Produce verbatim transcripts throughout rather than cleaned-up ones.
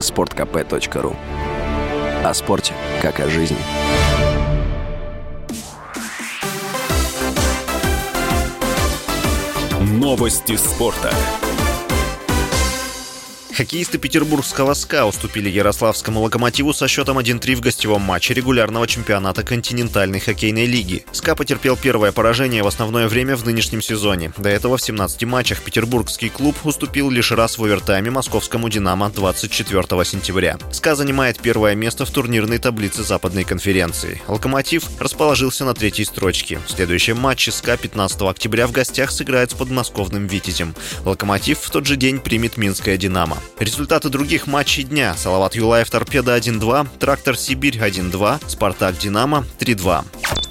спорт ка пэ точка ру. О спорте, как о жизни. Новости спорта. Хоккеисты петербургского СКА уступили ярославскому «Локомотиву» со счетом один-три в гостевом матче регулярного чемпионата континентальной хоккейной лиги. СКА потерпел первое поражение в основное время в нынешнем сезоне. До этого в семнадцати матчах петербургский клуб уступил лишь раз в овертайме московскому «Динамо» двадцать четвёртого сентября. СКА занимает первое место в турнирной таблице Западной конференции. «Локомотив» расположился на третьей строчке. В следующем матче СКА пятнадцатого октября в гостях сыграет с подмосковным «Витязем». «Локомотив» в тот же день примет минское «Динамо». Результаты других матчей дня: Салават Юлаев «Торпедо» один-два, Трактор Сибирь один-два, Спартак Динамо три-два.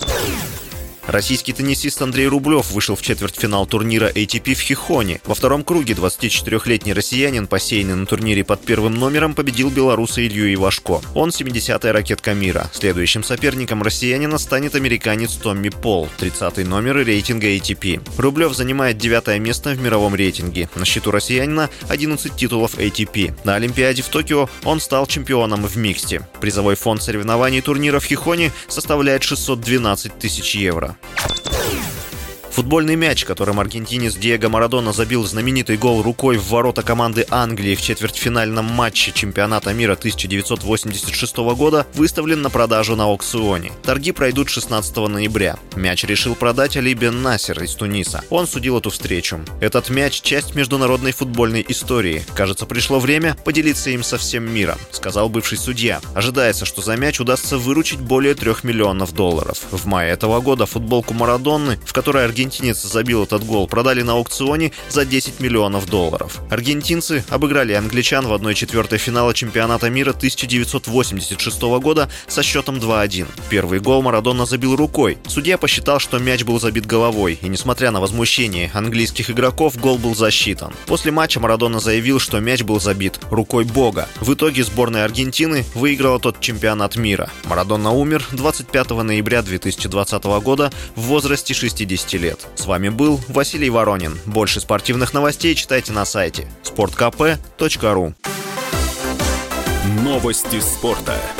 Российский теннисист Андрей Рублев вышел в четвертьфинал турнира эй ти пи в Хихоне. Во втором круге двадцатичетырёхлетний россиянин, посеянный на турнире под первым номером, победил белоруса Илью Ивашко. Он семидесятая ракетка мира. Следующим соперником россиянина станет американец Томми Пол, тридцатый номер рейтинга эй ти пи. Рублев занимает девятое место в мировом рейтинге. На счету россиянина одиннадцать титулов эй ти пи. На Олимпиаде в Токио он стал чемпионом в миксте. Призовой фонд соревнований турнира в Хихоне составляет шестьсот двенадцать тысяч евро. Футбольный мяч, которым аргентинец Диего Марадона забил знаменитый гол рукой в ворота команды Англии в четвертьфинальном матче чемпионата мира тысяча девятьсот восемьдесят шестого года, выставлен на продажу на аукционе. Торги пройдут шестнадцатого ноября. Мяч решил продать Али Бен Насер из Туниса. Он судил эту встречу. Этот мяч – часть международной футбольной истории. Кажется, пришло время поделиться им со всем миром, сказал бывший судья. Ожидается, что за мяч удастся выручить более трех миллионов долларов. В мае этого года футболку Марадоны, в которой аргентинец Аргентинец забил этот гол, продали на аукционе за десять миллионов долларов. Аргентинцы обыграли англичан в одной четвертой финала чемпионата мира тысяча девятьсот восемьдесят шестого года со счетом два-один. Первый гол Марадона забил рукой. Судья посчитал, что мяч был забит головой, и несмотря на возмущение английских игроков, гол был засчитан. После матча Марадона заявил, что мяч был забит рукой Бога. В итоге сборная Аргентины выиграла тот чемпионат мира. Марадона умер двадцать пятого ноября две тысячи двадцатого года в возрасте шестидесяти лет. С вами был Василий Воронин. Больше спортивных новостей читайте на сайте спорт ка пэ точка ру. Новости спорта.